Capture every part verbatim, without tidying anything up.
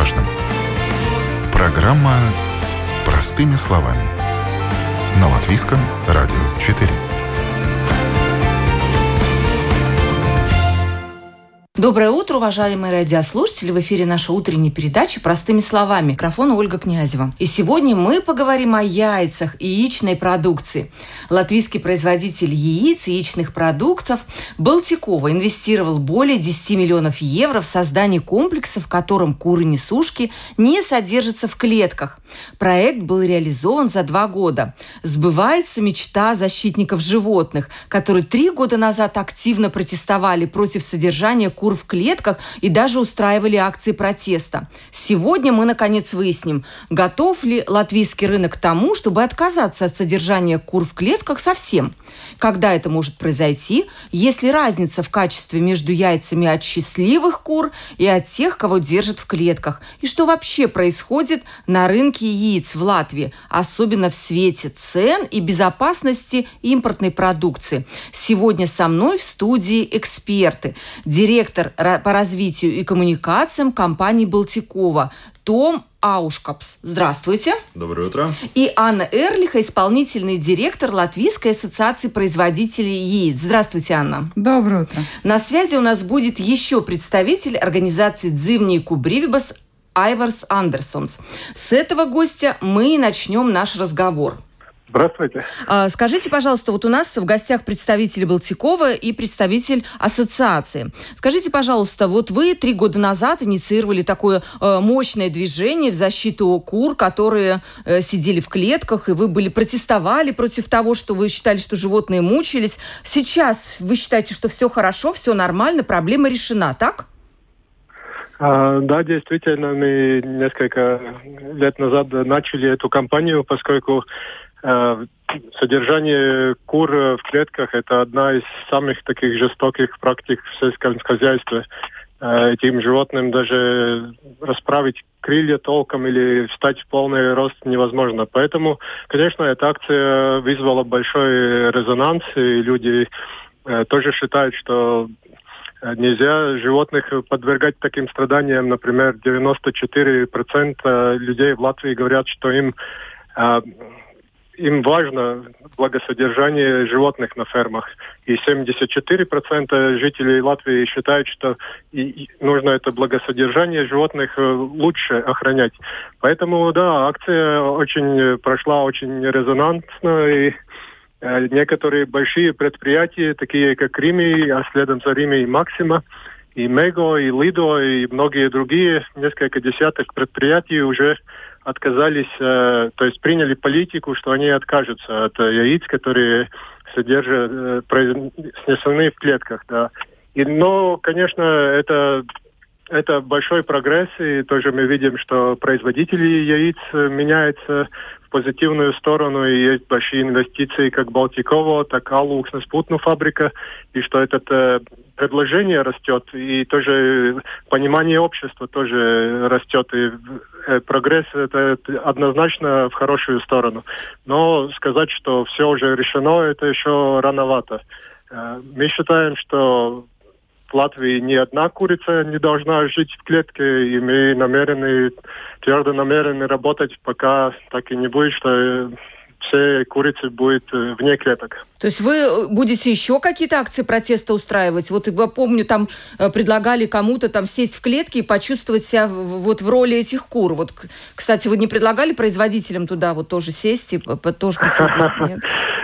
важном. Программа «Простыми словами» на Латвийском радио четыре. Доброе утро, уважаемые радиослушатели! В эфире наша утренняя передача «Простыми словами». Микрофон Ольга Князева. И сегодня мы поговорим о яйцах и яичной продукции. Латвийский производитель яиц и яичных продуктов Балтикова инвестировал более десять миллионов евро в создание комплекса, в котором куры-несушки не содержатся в клетках. Проект был реализован за два года. Сбывается мечта защитников животных, которые три года назад активно протестовали против содержания кур в клетках и даже устраивали акции протеста. Сегодня мы, наконец, выясним, готов ли латвийский рынок к тому, чтобы отказаться от содержания кур в клетках совсем. Когда это может произойти, есть ли разница в качестве между яйцами от счастливых кур и от тех, кого держат в клетках, и что вообще происходит на рынке яиц в Латвии, особенно в свете цен и безопасности импортной продукции. Сегодня со мной в студии эксперты, директор по развитию и коммуникациям компании Балтикова Том Аушкапс. Здравствуйте. Доброе утро. И Анна Эрлиха, исполнительный директор Латвийской ассоциации производителей яиц. Здравствуйте, Анна. Доброе утро. На связи у нас будет еще представитель организации «Дзивнии Кубривибас» Айварс Андерсонс. С этого гостя мы и начнем наш разговор. Здравствуйте. Скажите, пожалуйста, вот у нас в гостях представитель Балтикова и представитель ассоциации. Скажите, пожалуйста, вот вы три года назад инициировали такое э, мощное движение в защиту кур, которые э, сидели в клетках, и вы были протестовали против того, что вы считали, что животные мучились. Сейчас вы считаете, что все хорошо, все нормально, проблема решена, так? А, да, действительно, мы несколько лет назад начали эту кампанию, поскольку содержание кур в клетках – это одна из самых таких жестоких практик в сельском хозяйстве. Этим животным даже расправить крылья толком или встать в полный рост невозможно. Поэтому, конечно, эта акция вызвала большой резонанс, и люди тоже считают, что нельзя животных подвергать таким страданиям. Например, девяносто четыре процента людей в Латвии говорят, что им Им важно благосодержание животных на фермах. И семьдесят четыре процента жителей Латвии считают, что и, и нужно это благосодержание животных лучше охранять. Поэтому, да, акция очень прошла очень резонансно. И э, некоторые большие предприятия, такие как Рими, а следом за Рими и Максима, и Мего, и Лидо, и многие другие, несколько десяток предприятий уже отказались, э, то есть приняли политику, что они откажутся от э, яиц, которые содержат, э, снесены в клетках, да. И, но, конечно, это, это большой прогресс, и тоже мы видим, что производители яиц меняются в позитивную сторону, и есть большие инвестиции, как Балтикова, так и Алукснес Путну фабрика, и что это э, предложение растет, и тоже понимание общества тоже растет, и прогресс это однозначно в хорошую сторону. Но сказать, что все уже решено, это еще рановато. Мы считаем, что в Латвии ни одна курица не должна жить в клетке, и мы намерены, твердо намерены работать, пока так и не будет, что все курицы будут вне клеток. То есть вы будете еще какие-то акции протеста устраивать? Вот я помню, там предлагали кому-то там сесть в клетки и почувствовать себя вот в роли этих кур. Вот, кстати, вы не предлагали производителям туда вот тоже сесть и тоже посидеть?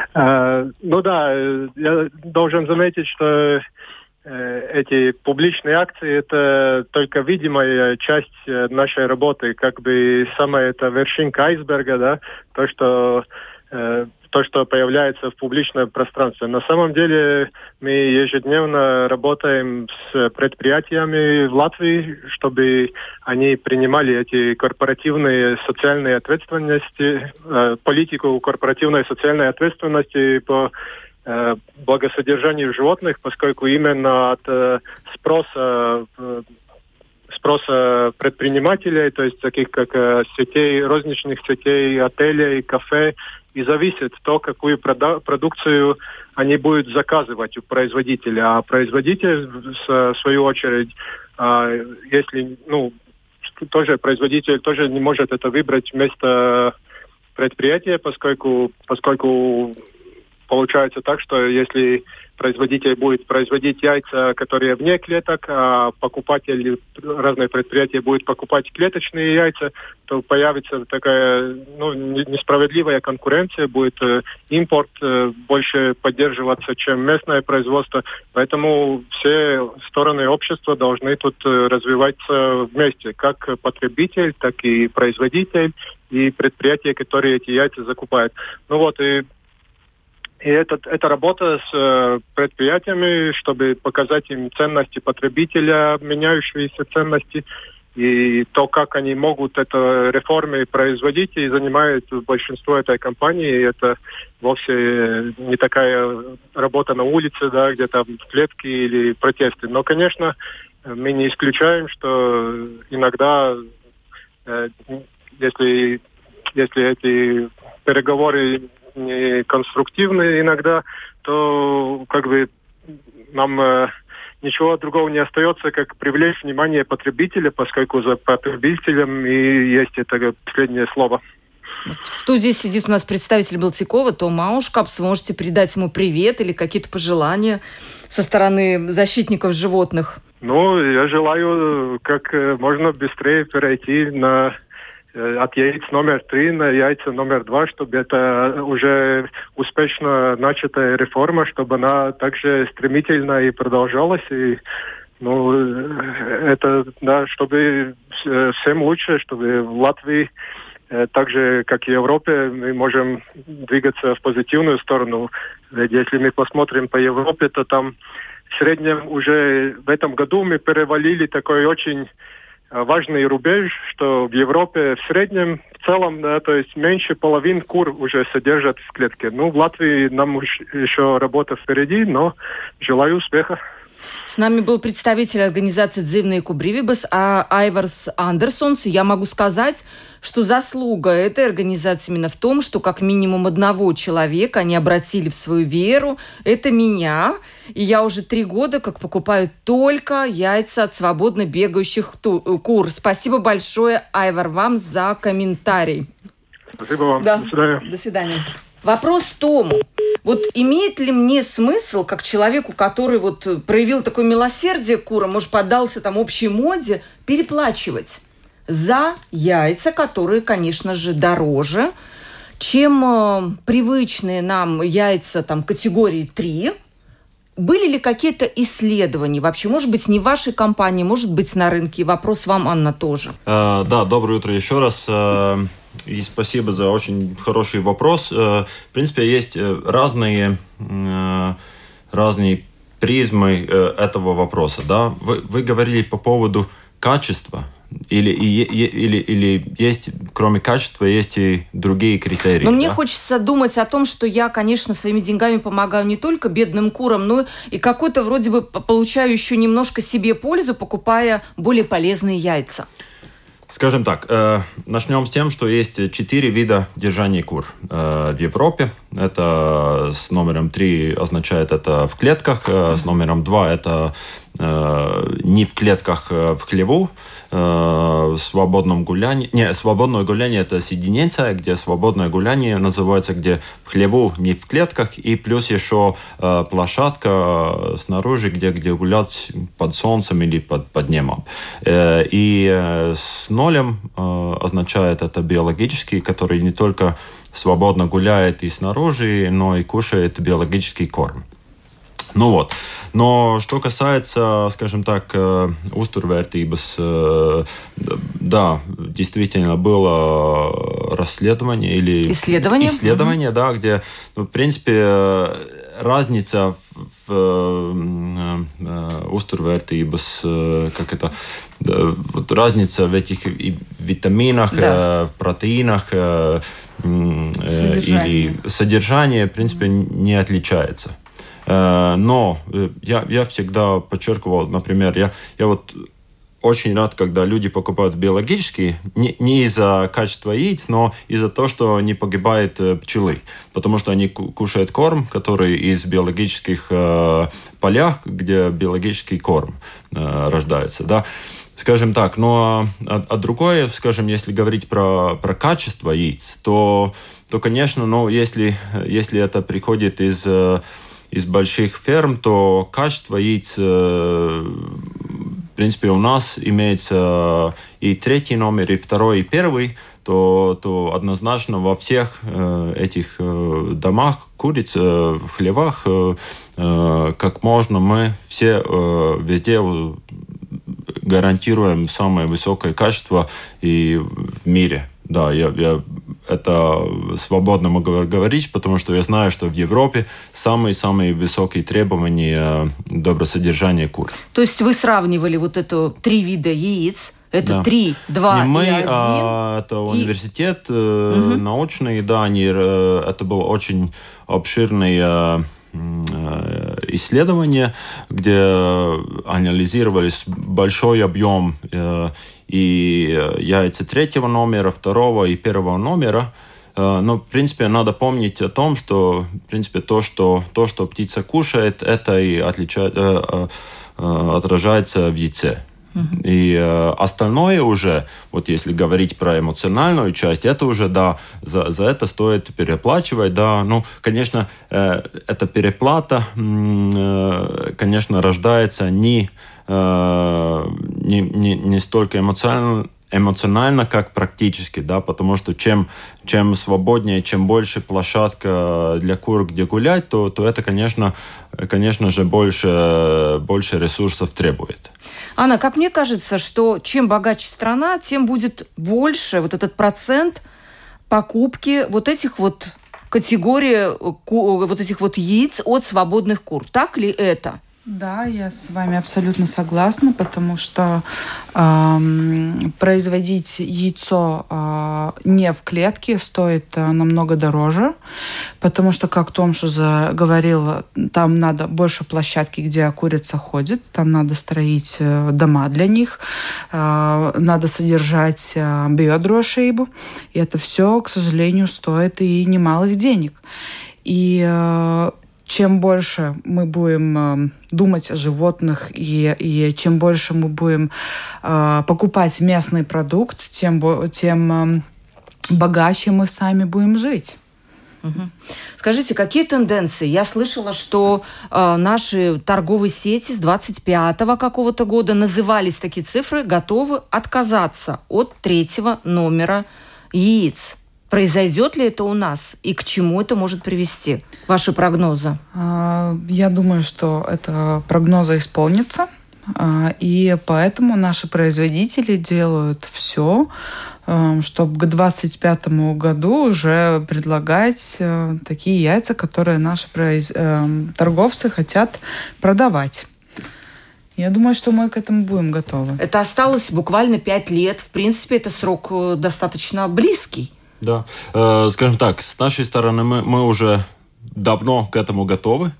Ну да, я должен заметить, что эти публичные акции – это только видимая часть нашей работы, как бы самая эта вершинка айсберга, да, то, что э, то, что появляется в публичном пространстве. На самом деле мы ежедневно работаем с предприятиями в Латвии, чтобы они принимали эти корпоративные социальные ответственности, э, политику корпоративной социальной ответственности по благосодержанию животных, поскольку именно от э, спроса э, спроса предпринимателей, то есть таких как э, сетей, розничных сетей, отелей, кафе, и зависит то, какую прода- продукцию они будут заказывать у производителя. А производитель, в свою очередь, э, если, ну, тоже производитель тоже не может это выбрать вместо предприятия, поскольку, поскольку получается так, что если производитель будет производить яйца, которые вне клеток, а покупатель, разные предприятия будут покупать клеточные яйца, то появится такая ну, несправедливая конкуренция, будет э, импорт э, больше поддерживаться, чем местное производство. Поэтому все стороны общества должны тут э, развиваться вместе, как потребитель, так и производитель, и предприятия, которые эти яйца закупают. Ну вот, и И это, это работа с э, предприятиями, чтобы показать им ценности потребителя, меняющиеся ценности, и то, как они могут это реформы производить, и занимает большинство этой компании. И это вовсе не такая работа на улице, да, где там клетки или протесты. Но, конечно, мы не исключаем, что иногда, э, если, если эти переговоры не конструктивные иногда, то как бы нам э, ничего другого не остается, как привлечь внимание потребителя, поскольку за потребителем и есть это последнее слово. В студии сидит у нас представитель Балтикова Том Аушкапс. Вы можете передать ему привет или какие-то пожелания со стороны защитников животных? Ну, я желаю как можно быстрее перейти на от яиц номер три на яйца номер два, чтобы это уже успешно начатая реформа, чтобы она также стремительно и продолжалась. И, ну, это, да, чтобы всем лучше, чтобы в Латвии, так же, как и в Европе, мы можем двигаться в позитивную сторону. Ведь если мы посмотрим по Европе, то там в среднем уже в этом году мы перевалили такой очень важный рубеж, что в Европе в среднем, в целом, да, то есть меньше половины кур уже содержат в клетке. Ну, в Латвии нам еще работа впереди, но желаю успеха. С нами был представитель организации «Дзивные кубривибас» Айварс Андерсонс. Я могу сказать, что заслуга этой организации именно в том, что как минимум одного человека они обратили в свою веру. Это меня. И я уже три года как покупаю только яйца от свободно бегающих кур. Спасибо большое, Айвар, вам за комментарий. Спасибо вам. Да. До свидания. До свидания. Вопрос Тому. Вот имеет ли мне смысл, как человеку, который вот проявил такое милосердие к курам, может, поддался там общей моде, переплачивать за яйца, которые, конечно же, дороже, чем э, привычные нам яйца там, категории три? Были ли какие-то исследования вообще? Может быть, не в вашей компании, может быть, на рынке. Вопрос вам, Анна, тоже. А, да, доброе утро еще раз. И спасибо за очень хороший вопрос. В принципе, есть разные, разные призмы этого вопроса. Да? Вы, вы говорили по поводу качества. Или, или, или есть, кроме качества, есть и другие критерии? Но да? мне хочется думать о том, что я, конечно, своими деньгами помогаю не только бедным курам, но и какой-то вроде бы получаю еще немножко себе пользу, покупая более полезные яйца. Скажем так, э, начнем с тем, что есть четыре вида держания кур э, в Европе. Это с номером три означает это в клетках, э, с номером два это э, не в клетках, э, в хлеву. В свободном гулянии. Не, свободное гуляние это соединение, где свободное гуляние называется, где в хлеву, не в клетках, и плюс еще э, площадка снаружи, где, где гулять под солнцем или под, под небом. Э, и э, с нолем э, означает это биологический, который не только свободно гуляет и снаружи, но и кушает биологический корм. Ну вот. Но что касается, скажем так, uzturvērtības, да, действительно было расследование или исследование, исследование mm-hmm. да, где, ну, в принципе, разница в uzturvērtības, как это, вот разница в этих витаминах, да. протеинах содержание. или содержание, в принципе, не отличается. Но я, я всегда подчеркивал, например, я, я вот очень рад, когда люди покупают биологические, не, не из-за качества яиц, но из-за того, что не погибают пчелы. Потому что они кушают корм, который из биологических э, полях, где биологический корм э, рождается. Да? скажем так, но а, а другое, скажем, если говорить про, про качество яиц, то, то конечно, ну, если, если это приходит из, из больших ферм, то качество яиц, в принципе, у нас имеется и третий номер, и второй, и первый, то, то однозначно во всех э, этих э, домах, куриц, э, в хлевах, э, э, как можно мы все э, везде гарантируем самое высокое качество и в мире. Да, я, я это свободно могу говорить, потому что я знаю, что в Европе самые-самые высокие требования добросодержания кур. То есть вы сравнивали вот это три вида яиц. Это да. три, два не мы, и один. А, это и... университет э, угу. научный, да, они, э, это было очень обширное э, исследование, где анализировались большой объем э, и яйца третьего номера, второго и первого номера. Э, но, в принципе, надо помнить о том, что, в принципе, то, что, то, что птица кушает, это и отличает, э, э, отражается в яйце. Uh-huh. И э, остальное уже, вот если говорить про эмоциональную часть, это уже, да, за, за это стоит переплачивать, да. Ну, конечно, э, эта переплата, э, конечно, рождается не, э, не, не, не столько эмоционально, эмоционально, как практически, да, потому что чем, чем свободнее, чем больше площадка для кур, где гулять, то, то это, конечно, конечно же, больше, больше ресурсов требует. Анна, как мне кажется, что чем богаче страна, тем будет больше вот этот процент покупки вот этих вот категорий, вот этих вот яиц от свободных кур. Так ли это? Да, я с вами абсолютно согласна, потому что э, производить яйцо э, не в клетке стоит э, намного дороже, потому что, как Томшуза говорил, там надо больше площадки, где курица ходит, там надо строить э, дома для них, э, надо содержать э, биодрошейбу, и это все, к сожалению, стоит и немалых денег. И э, чем больше мы будем э, думать о животных и, и чем больше мы будем э, покупать местный продукт, тем, тем э, богаче мы сами будем жить. Угу. Скажите, какие тенденции? Я слышала, что э, наши торговые сети с двадцать пятого какого-то года назывались такие цифры, готовы отказаться от третьего номера яиц. Произойдет ли это у нас и к чему это может привести? Ваши прогнозы? Я думаю, что это прогнозы исполнятся. И поэтому наши производители делают все, чтобы к двадцать пятому году уже предлагать такие яйца, которые наши произ... торговцы хотят продавать. Я думаю, что мы к этому будем готовы. Это осталось буквально пять лет. В принципе, это срок достаточно близкий. Да, э, скажем так, с нашей стороны мы, мы уже давно к этому готовы.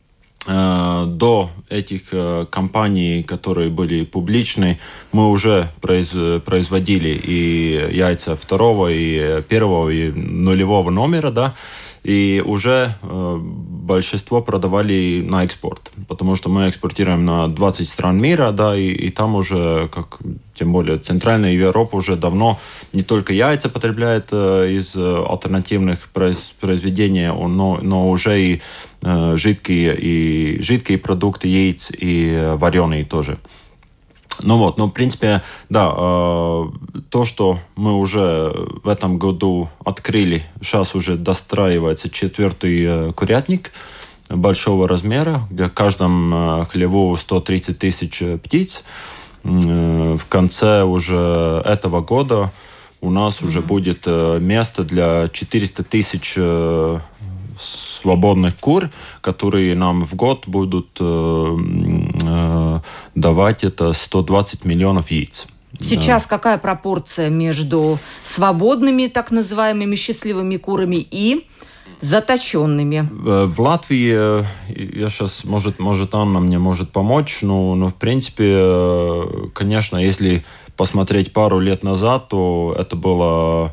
Э, до этих э, компаний, которые были публичны, мы уже произ, производили и яйца второго, и первого, и нулевого номера, да, и уже э, большинство продавали на экспорт, потому что мы экспортируем на двадцать стран мира, да, и, и там уже, как, тем более, Центральная Европа уже давно не только яйца потребляет э, из альтернативных произ, произведений, но, но уже и э, жидкие, и жидкие продукты яиц, и вареные тоже. Ну вот, ну, в принципе, да, э, то, что мы уже в этом году открыли, сейчас уже достраивается четвертый э, курятник большого размера, где в каждом э, хлеву сто тридцать тысяч птиц. Э, в конце уже этого года у нас mm-hmm. уже будет э, место для четыреста тысяч э, свободных кур, которые нам в год будут э, э, давать это сто двадцать миллионов яиц. Сейчас да. Какая пропорция между свободными, так называемыми счастливыми курами и заточенными? В Латвии, я сейчас, может, может Анна мне может помочь, но, но в принципе, конечно, если посмотреть пару лет назад, то это было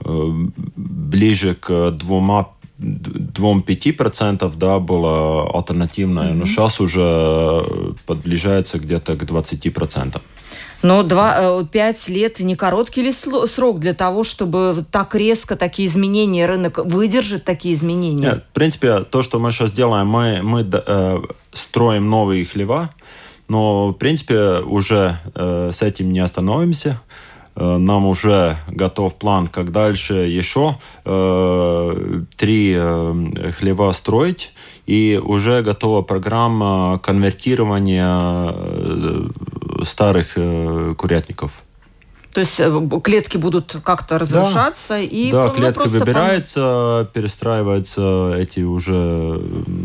ближе к двумя два-пять процентов, да, было альтернативное, mm-hmm. но сейчас уже подближается где-то к двадцати процентам. Но два, пять лет не короткий ли срок для того, чтобы так резко такие изменения, рынок выдержит такие изменения? Нет, в принципе, то, что мы сейчас делаем, мы, мы э, строим новые хлева, но, в принципе, уже э, с этим не остановимся. Э, нам уже готов план, как дальше еще э, три э, хлева строить. И уже готова программа конвертирования старых э, курятников. То есть клетки будут как-то разрушаться? Да, и да ну, клетка просто выбирается, пом... перестраиваются эти уже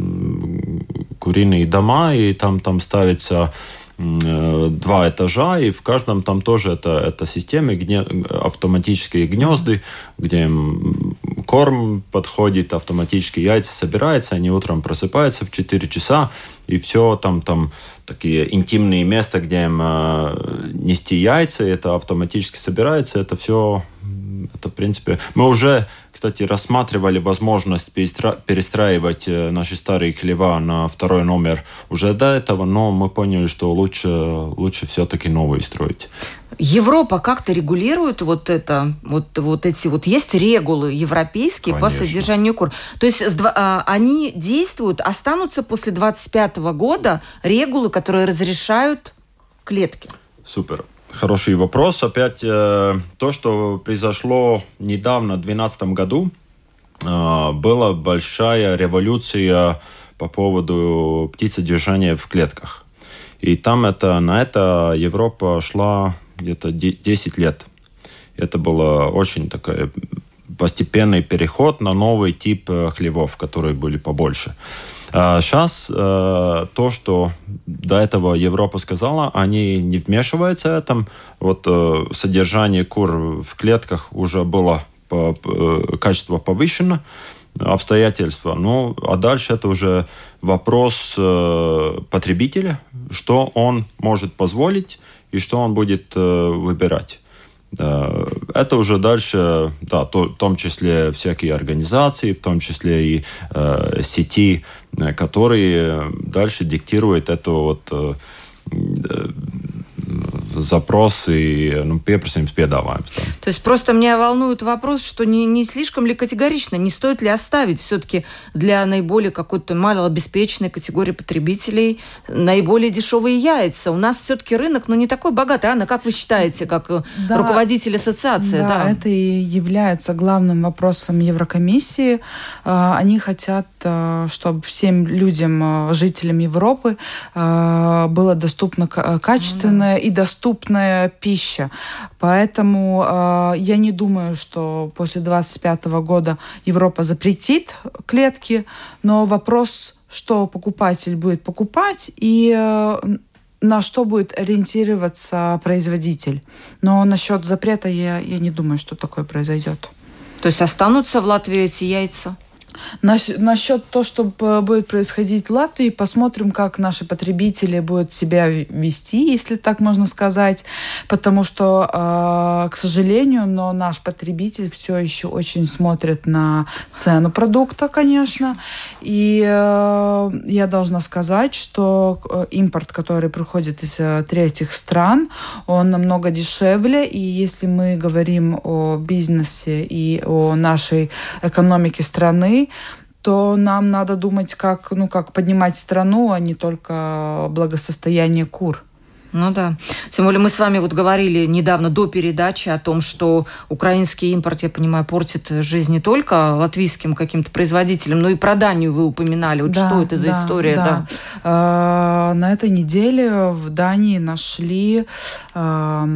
куриные дома, и там, там ставится э, два этажа, и в каждом там тоже это, это системы, гне... автоматические гнезды, где корм подходит, автоматически яйца собираются, они утром просыпаются в четыре часа, и все там, там такие интимные места, где им э, нести яйца, это автоматически собирается, это все, это в принципе... Мы уже, кстати, рассматривали возможность перестра... перестраивать наши старые хлева на второй номер уже до этого, но мы поняли, что лучше, лучше все-таки новые строить. Европа как-то регулирует вот это, вот, вот эти вот, есть регулы европейские, конечно, по содержанию кур. То есть а, они действуют, останутся после двадцать пятого года регулы, которые разрешают клетки? Супер. Хороший вопрос. Опять э, то, что произошло недавно, в две тысячи двенадцатом году, э, была большая революция по поводу птицедержания в клетках. И там это, на это Европа шла где-то десять лет. Это был очень такой постепенный переход на новый тип хлевов, которые были побольше. А сейчас э, то, что до этого Европа сказала, они не вмешиваются в этом. Вот э, содержание кур в клетках уже было по, по, качество повышено, обстоятельства. Ну, а дальше это уже вопрос э, потребителя, что он может позволить и что он будет э, выбирать. Э, это уже дальше, да, то, в том числе всякие организации, в том числе и э, сети, которые дальше диктируют это вот э, э, запросы, ну, попросим, спедаваем. То есть просто меня волнует вопрос, что не, не слишком ли категорично, не стоит ли оставить все-таки для наиболее какой-то малообеспеченной категории потребителей наиболее дешевые яйца. У нас все-таки рынок, ну, не такой богатый. Анна, как вы считаете, как да, руководитель ассоциации? Да, да, это и является главным вопросом Еврокомиссии. Они хотят, чтобы всем людям, жителям Европы, было доступно качественное и доступная пища. Поэтому э, я не думаю, что после двадцать пятого года Европа запретит клетки, но вопрос, что покупатель будет покупать и э, на что будет ориентироваться производитель. Но насчет запрета я, я не думаю, что такое произойдет. То есть останутся в Латвии эти яйца? Насчет того, что будет происходить в Латвии, посмотрим, как наши потребители будут себя вести, если так можно сказать, потому что, к сожалению, но наш потребитель все еще очень смотрит на цену продукта, конечно, и я должна сказать, что импорт, который приходит из третьих стран, он намного дешевле, и если мы говорим о бизнесе и о нашей экономике страны, то нам надо думать, как, ну, как поднимать страну, а не только благосостояние кур. Ну да. Тем более мы с вами вот говорили недавно до передачи о том, что украинский импорт, я понимаю, портит жизнь не только латвийским каким-то производителям, но и про Данию вы упоминали. Вот да, что это за да, история? Да. Да. А, на этой неделе в Дании нашли а,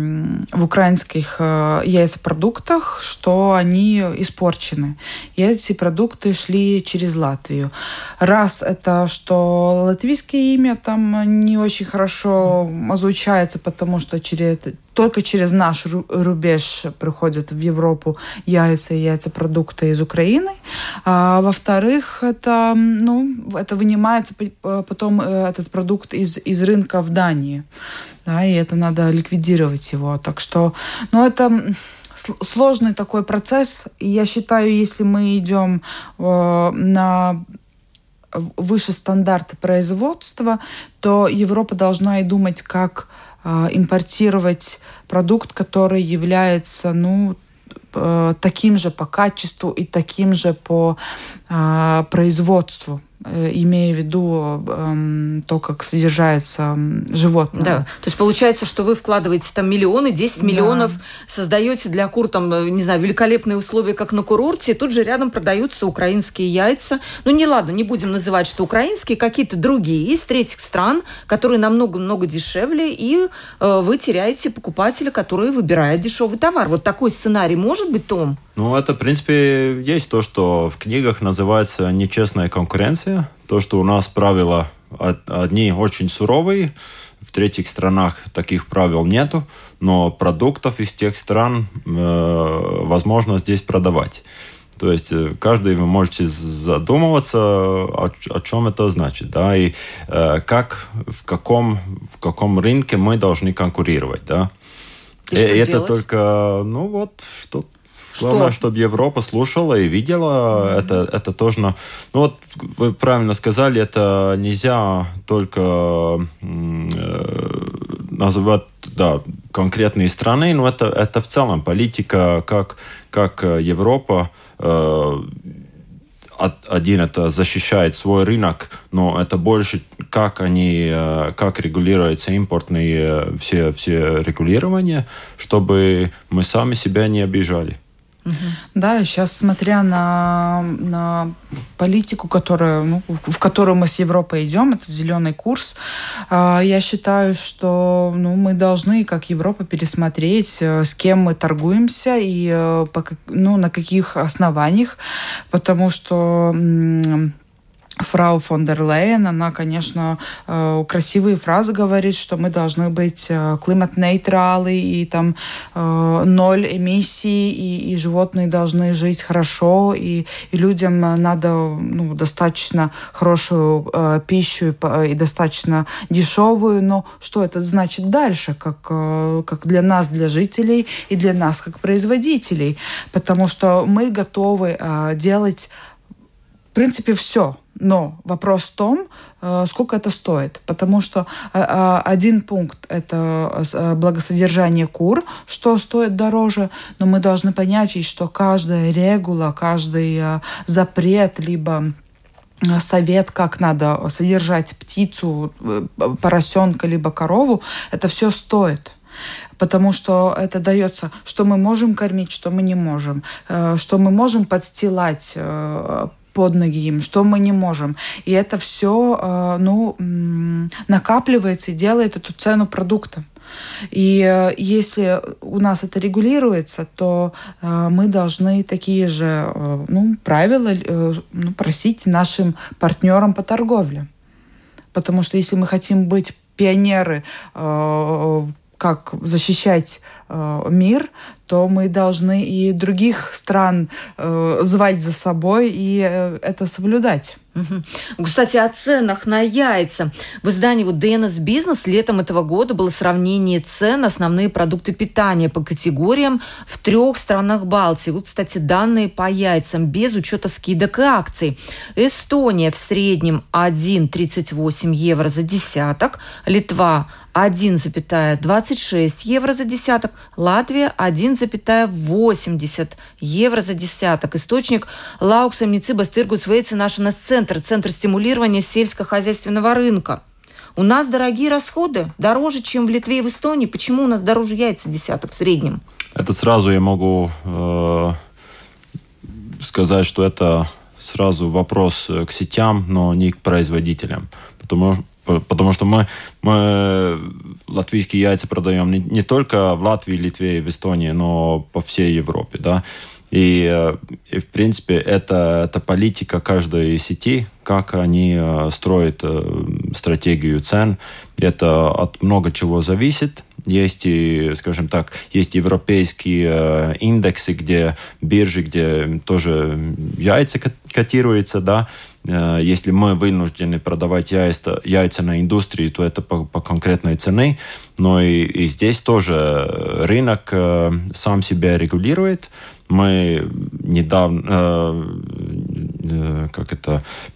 в украинских а, яйцепродуктах, что они испорчены. И эти продукты шли через Латвию. Раз это, что латвийское имя там не очень хорошо озвучается, потому что через, только через наш рубеж приходят в Европу яйца и яйцепродукты из Украины. А, во-вторых, это, ну, это вынимается потом этот продукт из, из рынка в Дании. Да, и это надо ликвидировать его. Так что, ну, это сложный такой процесс. И я считаю, если мы идем э, на выше стандарты производства, то Европа должна и думать, как импортировать продукт, который является, ну, таким же по качеству и таким же по производству, имея в виду э, то, как содержается животное. Да, то есть получается, что вы вкладываете там миллионы, десять миллионов, да. Создаете для кур там, не знаю, великолепные условия, как на курорте, и тут же рядом продаются украинские яйца. Ну, не ладно, не будем называть, что украинские, какие-то другие из третьих стран, которые намного-много дешевле, и э, вы теряете покупателя, который выбирает дешевый товар. Вот такой сценарий может быть, Том? Ну, это, в принципе, есть то, что в книгах называется нечестная конкуренция. То, что у нас правила одни очень суровые, в третьих странах таких правил нету, но продуктов из тех стран э, возможно здесь продавать. То есть каждый вы можете задумываться, о, о чем это значит, да, и э, как, в каком, в каком рынке мы должны конкурировать, да. И, и это делать? Только, ну вот, что главное, что? чтобы Европа слушала и видела. Mm-hmm. Это, это тоже... Ну вот вы правильно сказали, это нельзя только э, называть, да, конкретные страны, но это, это в целом политика, как, как Европа э, один это защищает свой рынок, но это больше как они, как регулируются импортные все, все регулирования, чтобы мы сами себя не обижали. Да, и сейчас, смотря на, на политику, которая, ну, в которую мы с Европой идем, это зеленый курс, э, я считаю, что, ну, мы должны, как Европа, пересмотреть, э, с кем мы торгуемся и э, по, ну, на каких основаниях, потому что... М- Фрау фон дер Лейен, она, конечно, красивые фразы говорит, что мы должны быть климат-нейтралы и там ноль эмиссий, и, и животные должны жить хорошо, и, и людям надо, ну, достаточно хорошую э, пищу и, и достаточно дешевую. Но что это значит дальше, как, э, как для нас, для жителей, и для нас, как производителей? Потому что мы готовы э, делать, в принципе, все. Но вопрос в том, сколько это стоит. Потому что один пункт – это благосодержание кур, что стоит дороже. Но мы должны понять, что каждая регула, каждый запрет, либо совет, как надо содержать птицу, поросенка, либо корову, это все стоит. Потому что это дается, что мы можем кормить, что мы не можем, что мы можем подстилать под ноги им, что мы не можем. И это все, ну, накапливается и делает эту цену продукта. И если у нас это регулируется, то мы должны такие же, ну, правила, ну, просить нашим партнерам по торговле. Потому что если мы хотим быть пионеры, как защищать э, мир, то мы должны и других стран э, звать за собой и э, это соблюдать. Угу. Кстати, о ценах на яйца. В издании вот ди эн эс Business летом этого года было сравнение цен на основные продукты питания по категориям в трех странах Балтии. Вот, кстати, данные по яйцам без учета скидок и акций. Эстония в среднем один целых тридцать восемь евро за десяток, Литва один целых двадцать шесть евро за десяток, Латвия один целых восемьдесят евро за десяток. Источник Lauksaimniecības tirgus veicināšanas центр, центр стимулирования сельскохозяйственного рынка. У нас дорогие расходы, дороже, чем в Литве и в Эстонии. Почему у нас дороже яйца десяток в среднем? Это сразу я могу э, сказать, что это сразу вопрос к сетям, но не к производителям. Потому что Потому что мы, мы латвийские яйца продаем не, не только в Латвии, Литве и в Эстонии, но по всей Европе, да. И, и в принципе, это, это политика каждой сети, как они строят стратегию цен. Это от много чего зависит. Есть, и, скажем так, есть европейские индексы, где биржи, где тоже яйца котируются, да. Если мы вынуждены продавать яйца, яйца на индустрии, то это по, по конкретной цене. Но и, и здесь тоже рынок э, сам себя регулирует. Мы недавно, э, э, как это,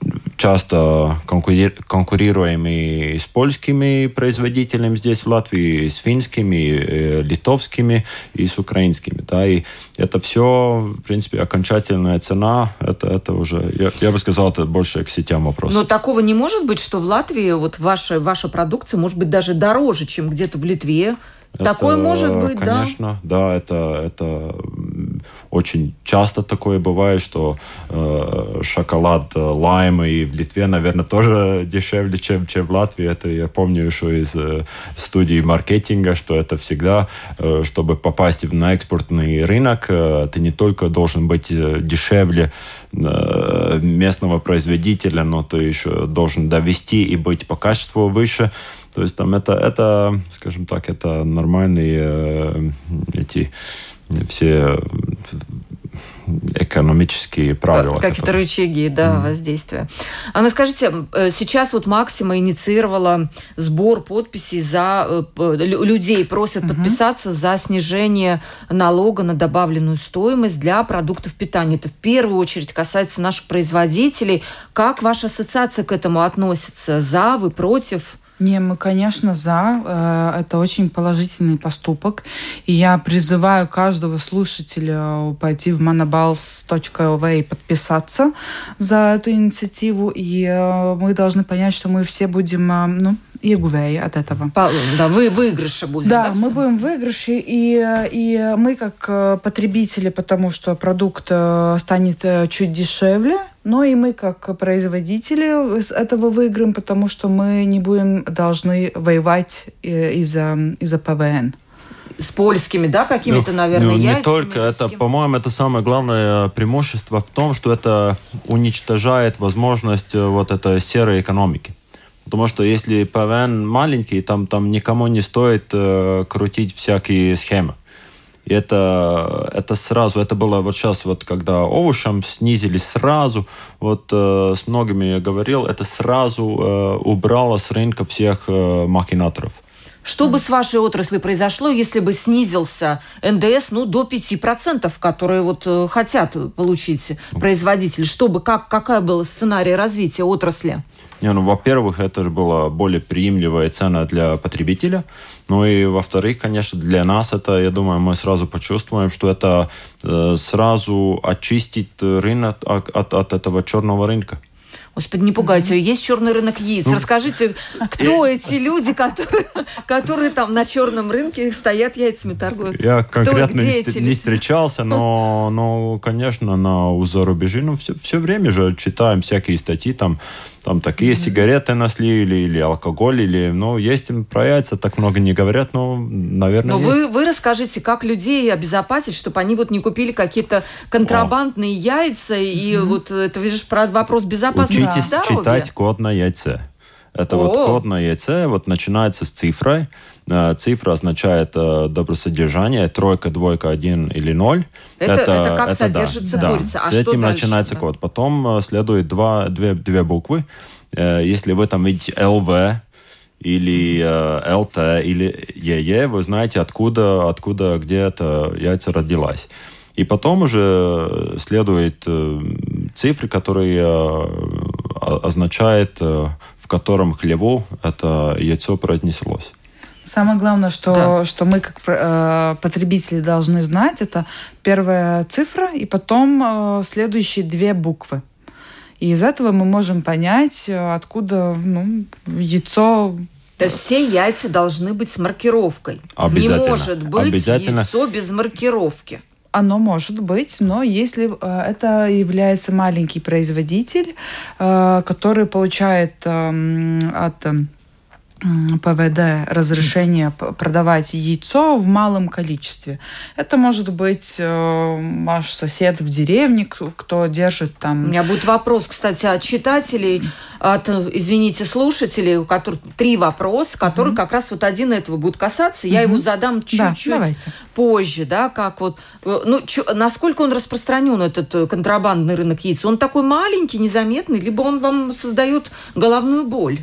часто конкури- конкурируем и с польскими производителями здесь в Латвии, и с финскими, и литовскими, и с украинскими. Да, и это все, в принципе, окончательная цена, это, это уже, я, я бы сказал, это больше к сетям вопрос. Но такого не может быть, что в Латвии вот ваша, ваша продукция может быть даже дороже, чем где-то в Литве? Это, такое может быть, конечно, да? Конечно, да, это, это очень часто такое бывает, что э, шоколад лайм и в Литве, наверное, тоже дешевле, чем, чем в Латвии. Это я помню еще из э, студии маркетинга, что это всегда, э, чтобы попасть на экспортный рынок, э, ты не только должен быть дешевле э, местного производителя, но ты еще должен довести и быть по качеству выше. То есть там это, это, скажем так, это нормальные э, эти все экономические правила. Какие-то которые... рычаги, да, mm. воздействия. Анна, скажите, сейчас вот Максима инициировала сбор подписей за... Людей просят mm-hmm. подписаться за снижение налога на добавленную стоимость для продуктов питания. Это в первую очередь касается наших производителей. Как ваша ассоциация к этому относится? За, вы против? Не, мы, конечно, за. Это очень положительный поступок. И я призываю каждого слушателя пойти в monobals точка эл ви и подписаться за эту инициативу. И мы должны понять, что мы все будем, ну, иегувеи от этого. Да, вы выигрыши будем. Да, да мы будем выигрыши. И, и мы как потребители, потому что продукт станет чуть дешевле, но и мы, как производители, с этого выиграем, потому что мы не будем должны воевать из-за, из-за пэ вэ эн. С польскими, да, какими-то, ну, наверное, ну, яйцами? Не только. Это, по-моему, это самое главное преимущество в том, что это уничтожает возможность вот этой серой экономики. Потому что если пэ вэ эн маленький, там, там никому не стоит э, крутить всякие схемы. И это, это сразу, это было вот сейчас, вот когда овощам снизили сразу, вот э, с многими я говорил, это сразу э, убрало с рынка всех э, махинаторов. Что бы с вашей отраслью произошло, если бы снизился эн дэ эс, ну, до пяти процентов, которые вот э, хотят получить производители? Что бы, как, какая была сценарий развития отрасли? Не, ну, во-первых, это же была более приемлемая цена для потребителя. Ну и, во-вторых, конечно, для нас это, я думаю, мы сразу почувствуем, что это э, сразу очистит рынок от, от, от этого черного рынка. Господи, не пугайте, mm-hmm. есть черный рынок яиц. Ну, Расскажите, кто эти люди, которые, которые там на черном рынке стоят, яйцами торгуют? Я конкретно не, не встречался, но, но, конечно, на зарубеже, ну, все, все время же читаем всякие статьи, там, там такие mm-hmm. сигареты нашли, или, или алкоголь, или, ну, есть про яйца, так много не говорят, но, наверное, но есть. Вы, вы расскажите, как людей обезопасить, чтобы они вот не купили какие-то контрабандные О. яйца, и mm-hmm. вот это, видишь, про вопрос безопасности. Учитесь здоровья. Читать код на яйце. Это О. вот код на яйце, вот начинается с цифрой. Цифра означает э, добросодержание, тройка, двойка, один или ноль. Это, это, это как это, содержится да, курица. Да. А с этим дальше? начинается да. код. Потом следует два, две, две буквы. Если вы там видите эл ви или э, эл тэ или е е, вы знаете, откуда, откуда где это яйца родилась. И потом уже следует э, цифры, которые э, означают, э, в котором хлеву это яйцо произнеслось. Самое главное, что, да. что мы как э, потребители должны знать, это первая цифра и потом э, следующие две буквы. И из этого мы можем понять, откуда ну, яйцо... То есть все яйца должны быть с маркировкой. Обязательно. Не может быть Обязательно. Яйцо без маркировки. Оно может быть, но если э, это является маленький производитель, э, который получает э, от э, пэ вэ дэ разрешение продавать яйцо в малом количестве. Это может быть э, ваш сосед в деревне, кто, кто держит там... У меня будет вопрос, кстати, от читателей, от, извините, слушателей, у которых три вопроса, которые mm-hmm. как раз вот один этого будет касаться. Я mm-hmm. его задам чуть-чуть да, позже, да, как вот... Ну, чё, насколько он распространен, этот контрабандный рынок яиц? Он такой маленький, незаметный, либо он вам создает головную боль?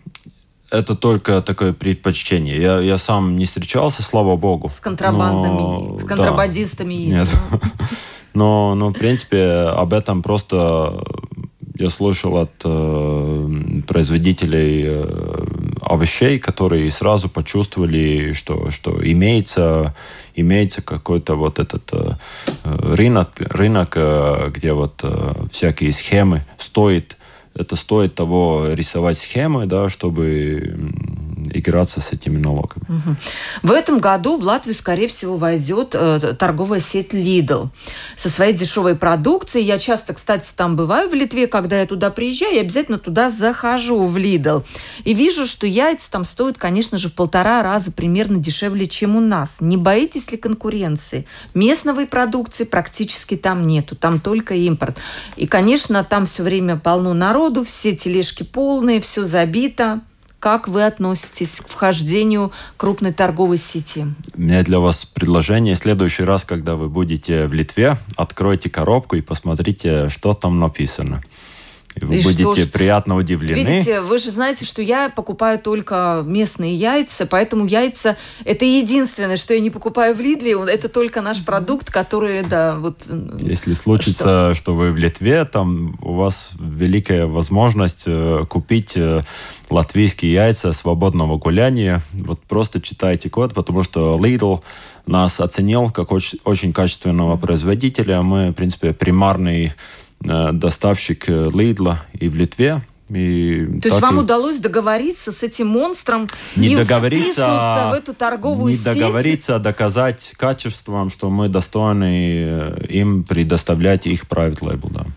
Это только такое предпочтение. Я, я сам не встречался, слава богу. С контрабандами, но... с контрабандистами. Да. Нет. Но, но, в принципе, об этом просто я слышал от э, производителей э, овощей, которые сразу почувствовали, что, что имеется, имеется какой-то вот этот э, рынок, рынок э, где вот э, всякие схемы стоит, это стоит того рисовать схемы, да, чтобы играться с этими налогами. Угу. В этом году в Латвию, скорее всего, войдет э, торговая сеть Lidl со своей дешевой продукцией. Я часто, кстати, там бываю в Литве, когда я туда приезжаю, я обязательно туда захожу, в Lidl. И вижу, что яйца там стоят, конечно же, в полтора раза примерно дешевле, чем у нас. Не боитесь ли конкуренции? Местной продукции практически там нету, там только импорт. И, конечно, там все время полно народу, все тележки полные, все забито. Как вы относитесь к вхождению крупной торговой сети? У меня для вас предложение. В следующий раз, когда вы будете в Литве, откройте коробку и посмотрите, что там написано. И вы и будете приятно удивлены. Видите, вы же знаете, что я покупаю только местные яйца, поэтому яйца – это единственное, что я не покупаю в Лидле. Это только наш продукт, который, да, вот… Если случится, что, что вы в Литве, там у вас великая возможность купить латвийские яйца свободного гуляния. Вот просто читайте код, потому что Lidl нас оценил как очень, очень качественного производителя. Мы, в принципе, примарный доставщик Lidl и в Литве. И То есть вам и... удалось договориться с этим монстром не и договориться, втиснуться в эту торговую не сеть? Не договориться, а доказать качеством, что мы достойны им предоставлять их private label, да.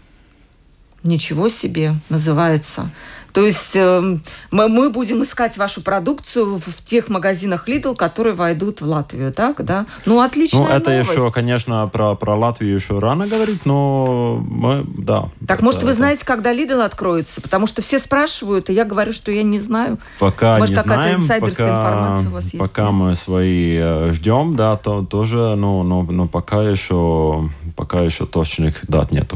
Ничего себе, называется. То есть э, мы, мы будем искать вашу продукцию в, в тех магазинах Lidl, которые войдут в Латвию, так, да? Ну, отличная Ну, это новость. еще, конечно, про, про Латвию еще рано говорить, но мы, да. Так, это, может, вы это... знаете, когда Lidl откроется? Потому что все спрашивают, и я говорю, что я не знаю. Пока может, не какая-то знаем, инсайдерская пока, информация у вас есть? Пока нет? мы свои э, ждем, да, то тоже, ну, ну, ну пока еще, пока еще точных дат нету.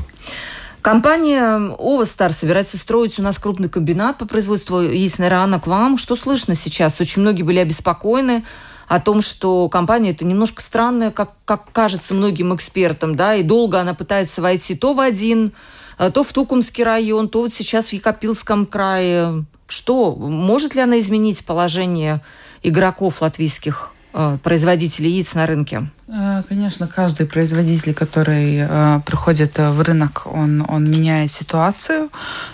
Компания Овостар собирается строить у нас крупный комбинат по производству яиц. Рано к вам. Что слышно сейчас? Очень многие были обеспокоены о том, что компания это немножко странная, как, как кажется многим экспертам, да, и долго она пытается войти то в один, то в Тукумский район, то вот сейчас в Екапильском крае. Что? Может ли она изменить положение игроков латвийских производителей яиц на рынке? Конечно, каждый производитель, который э, приходит в рынок, он, он меняет ситуацию,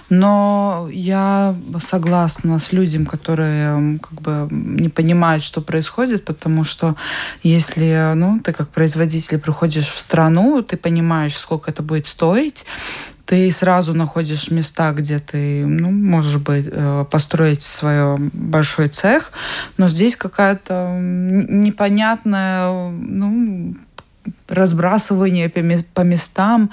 но я согласна с людьми, которые как бы не понимают, что происходит, потому что если ну, ты как производитель приходишь в страну, ты понимаешь, сколько это будет стоить, ты сразу находишь места, где ты, ну, можешь быть, построить свой большой цех, но здесь какая-то непонятная, ну, разбрасывание по местам,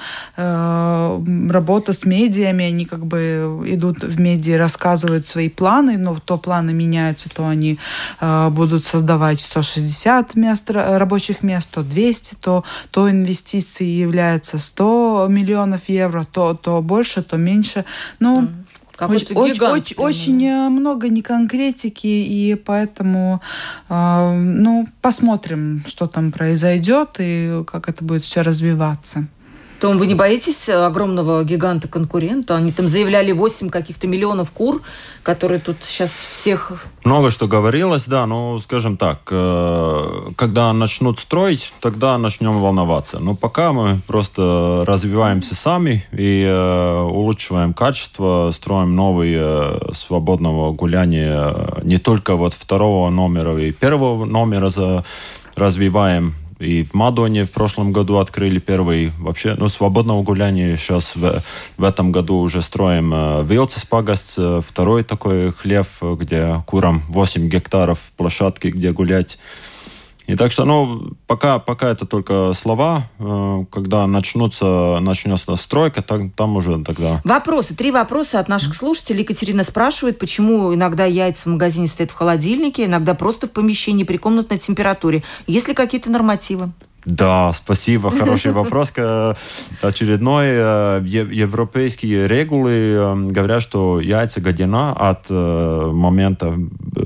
работа с медиами, они как бы идут в медиа, рассказывают свои планы, но то планы меняются, то они будут создавать сто шестьдесят мест, рабочих мест, то двести, то, то инвестиции являются сто миллионов евро, то, то больше, то меньше. Ну, mm. Очень, очень, очень много неконкретики, и поэтому э, ну, посмотрим, что там произойдет и как это будет все развиваться. Том, вы не боитесь огромного гиганта-конкурента? Они там заявляли восемь каких-то миллионов кур, которые тут сейчас всех... Много что говорилось, да, ну, скажем так, когда начнут строить, тогда начнем волноваться. Но пока мы просто развиваемся сами и улучшаем качество, строим новые свободного гуляния, не только вот второго номера и первого номера за... развиваем. И в Мадоне в прошлом году открыли первый вообще, ну, свободного гуляния. Сейчас в, в этом году уже строим Вилцес пагаsts, второй такой хлев, где курам восемь гектаров площадки, где гулять. И так что, ну, пока, пока это только слова, когда начнутся, начнется стройка, там, там уже тогда... Вопросы. Три вопроса от наших слушателей. Екатерина спрашивает, почему иногда яйца в магазине стоят в холодильнике, иногда просто в помещении при комнатной температуре. Есть ли какие-то нормативы? Да, спасибо, хороший вопрос. Очередной. Европейские регулы говорят, что яйца година от момента,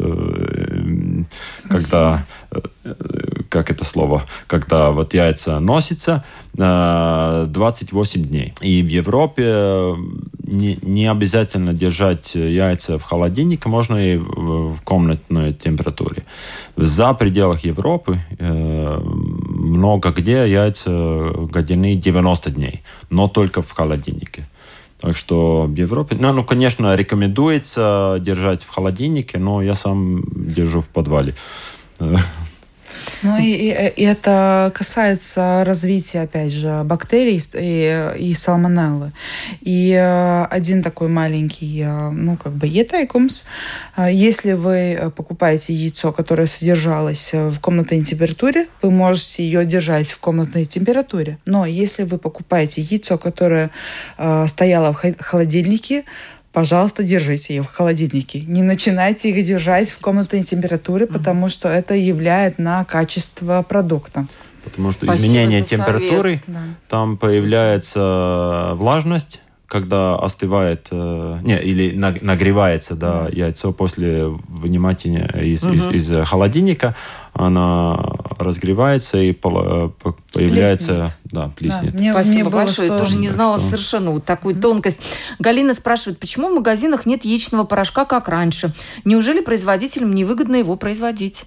когда, как это слово, когда вот яйца носятся, двадцать восемь дней. И в Европе не, не обязательно держать яйца в холодильнике, можно и в комнатной температуре. За пределах Европы э, много где яйца годены девяносто дней, но только в холодильнике. Так что в Европе, ну, ну, конечно, рекомендуется держать в холодильнике, но я сам держу в подвале. Ну и, и, и это касается развития, опять же, бактерий и, и сальмонеллы. И один такой маленький, ну, как бы ieteikums. Если вы покупаете яйцо, которое содержалось в комнатной температуре, вы можете ее держать в комнатной температуре. Но если вы покупаете яйцо, которое стояло в холодильнике, пожалуйста, держите их в холодильнике. Не начинайте их держать в комнатной температуре, потому что это влияет на качество продукта. Потому что Спасибо изменение температуры, да. Там появляется влажность, когда остывает, э, не, или нагревается, да, да. яйцо после вынимания из, угу. из, из холодильника, она разгревается и появляется, плеснет. да, плеснет. Да, мне, Спасибо мне было, большое. Что... Я тоже не знала что... совершенно вот такую mm-hmm. тонкость. Галина спрашивает, почему в магазинах нет яичного порошка, как раньше? Неужели производителям невыгодно его производить?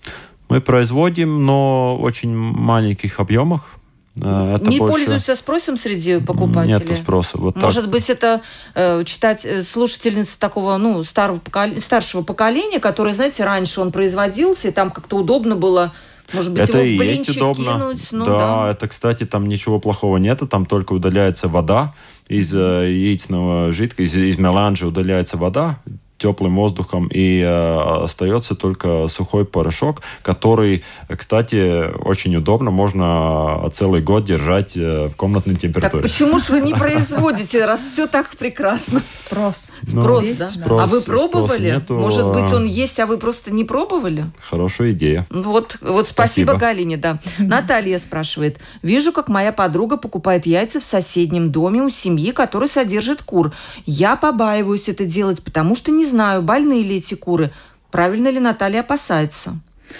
Мы производим, но в очень маленьких объемах. Это не больше... пользуются спросом среди покупателей? Нету спроса. Вот Может так. быть, это э, читать слушательница такого, ну, старого покол... старшего поколения, который, знаете, раньше он производился, и там как-то удобно было, может быть, это его в и блинчик есть удобно. кинуть. Ну, да, да, это, кстати, там ничего плохого нету, там только удаляется вода из э, яичного жидкости, из, из меланжа удаляется вода теплым воздухом, и э, остается только сухой порошок, который, кстати, очень удобно, можно целый год держать э, в комнатной температуре. Так почему же вы не производите, раз все так прекрасно? Спрос. Спрос, ну, да? Спрос, а вы пробовали? нету, Может быть, он есть, а вы просто не пробовали? Хорошая идея. Вот, вот спасибо, спасибо Галине, да. Наталья спрашивает. Вижу, как моя подруга покупает яйца в соседнем доме у семьи, которая содержит кур. Я побаиваюсь это делать, потому что не знаю, больные ли эти куры. Правильно ли Наталья опасается?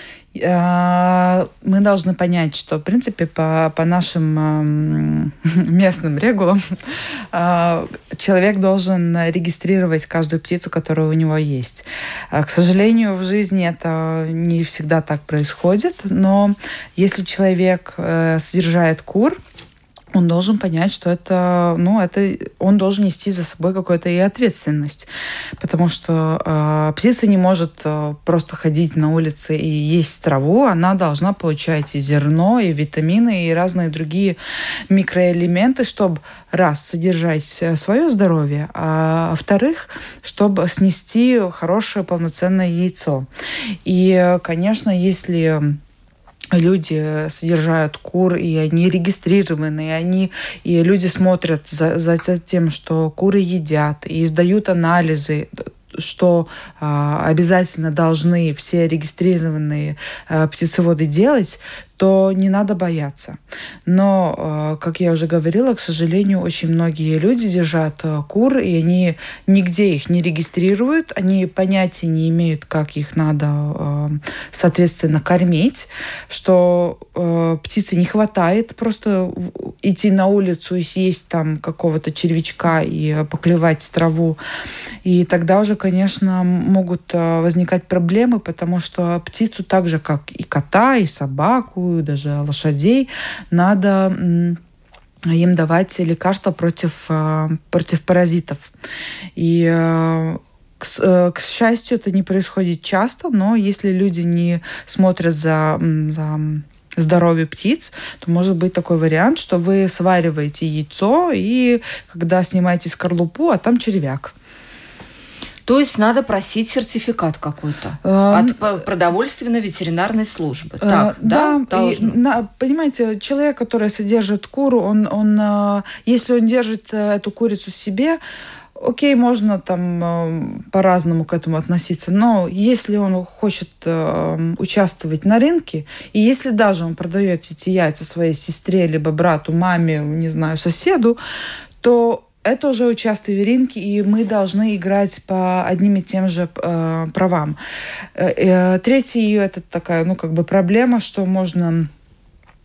Мы должны понять, что, в принципе, по, по нашим местным регулам человек должен регистрировать каждую птицу, которая у него есть. К сожалению, в жизни это не всегда так происходит, но если человек содержит кур, он должен понять, что это, ну, это, он должен нести за собой какую-то и ответственность, потому что э, птица не может э, просто ходить на улице и есть траву, она должна получать и зерно, и витамины, и разные другие микроэлементы, чтобы, раз, содержать свое здоровье, а во-вторых, чтобы снести хорошее полноценное яйцо. И, конечно, если люди содержат кур, и они регистрированы, и, они, и люди смотрят за, за тем, что куры едят, и сдают анализы, что а, обязательно должны все регистрированные а, птицеводы делать, то не надо бояться. Но, как я уже говорила, к сожалению, очень многие люди держат кур, и они нигде их не регистрируют, они понятия не имеют, как их надо, соответственно, кормить, что птице не хватает просто идти на улицу и съесть там какого-то червячка и поклевать траву. И тогда уже, конечно, могут возникать проблемы, потому что птицу так же, как и кота, и собаку, даже лошадей, надо им давать лекарства против, против паразитов. И, к, к счастью, это не происходит часто, но если люди не смотрят за, за здоровьем птиц, то может быть такой вариант, что вы свариваете яйцо, и когда снимаете скорлупу, а там червяк. То есть надо просить сертификат какой-то э, от продовольственно-ветеринарной службы. Э, так, да, да и, на, понимаете, человек, который содержит куру, он, он, если он держит эту курицу себе, окей, можно там по-разному к этому относиться, но если он хочет э, участвовать на рынке, и если даже он продает эти яйца своей сестре, либо брату, маме, не знаю, соседу, то это уже участие в рынке, и мы должны играть по одним и тем же э, правам. Э, э, третий, это такая, ну, как бы проблема, что можно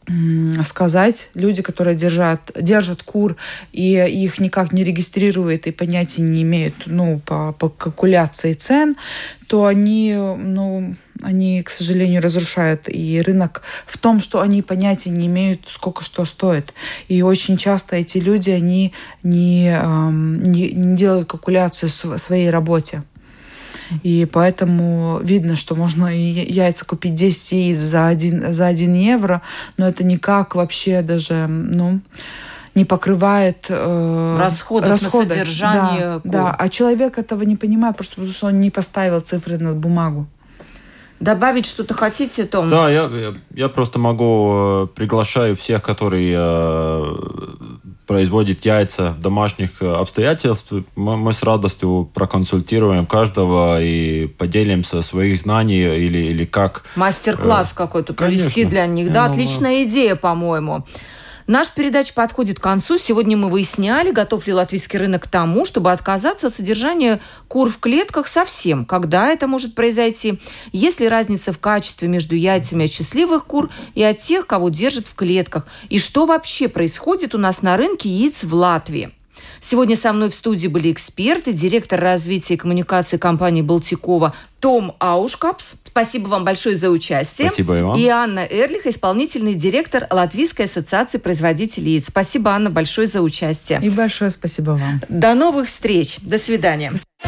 сказать. Люди, которые держат, держат кур и их никак не регистрируют и понятия не имеют, ну, по, по калькуляции цен, то они, ну, они, к сожалению, разрушают и рынок в том, что они понятия не имеют, сколько что стоит. И очень часто эти люди, они не, не, не делают калькуляцию в своей работе. И поэтому видно, что можно яйца купить десять яиц за один, за один евро, но это никак вообще даже, ну, не покрывает э, расходов, расходы на содержание да, кур. Да, а человек этого не понимает, просто потому что он не поставил цифры на бумагу. Добавить что-то хотите, Том? Да, я, я, я просто могу, приглашаю всех, которые э, производят яйца в домашних обстоятельствах. Мы, мы с радостью проконсультируем каждого и поделимся своих знаний или, или как... Мастер-класс э, какой-то провести конечно. Для них. Да, отличная идея, по-моему. Наша передача подходит к концу. Сегодня мы выясняли, готов ли латвийский рынок к тому, чтобы отказаться от содержания кур в клетках совсем. Когда это может произойти? Есть ли разница в качестве между яйцами от счастливых кур и от тех, кого держат в клетках? И что вообще происходит у нас на рынке яиц в Латвии? Сегодня со мной в студии были эксперты, директор развития и коммуникации компании «Балтикова» Том Аушкапс. Спасибо вам большое за участие. Спасибо и вам. И Анна Эрлих, исполнительный директор Латвийской ассоциации производителей яиц. Спасибо, Анна, большое за участие. И большое спасибо вам. До новых встреч. До свидания.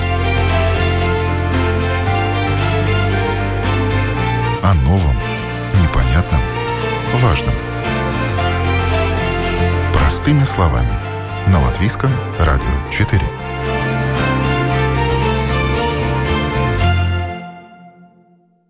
О новом, непонятном, важном. Простыми словами. На Латвийском радио четыре.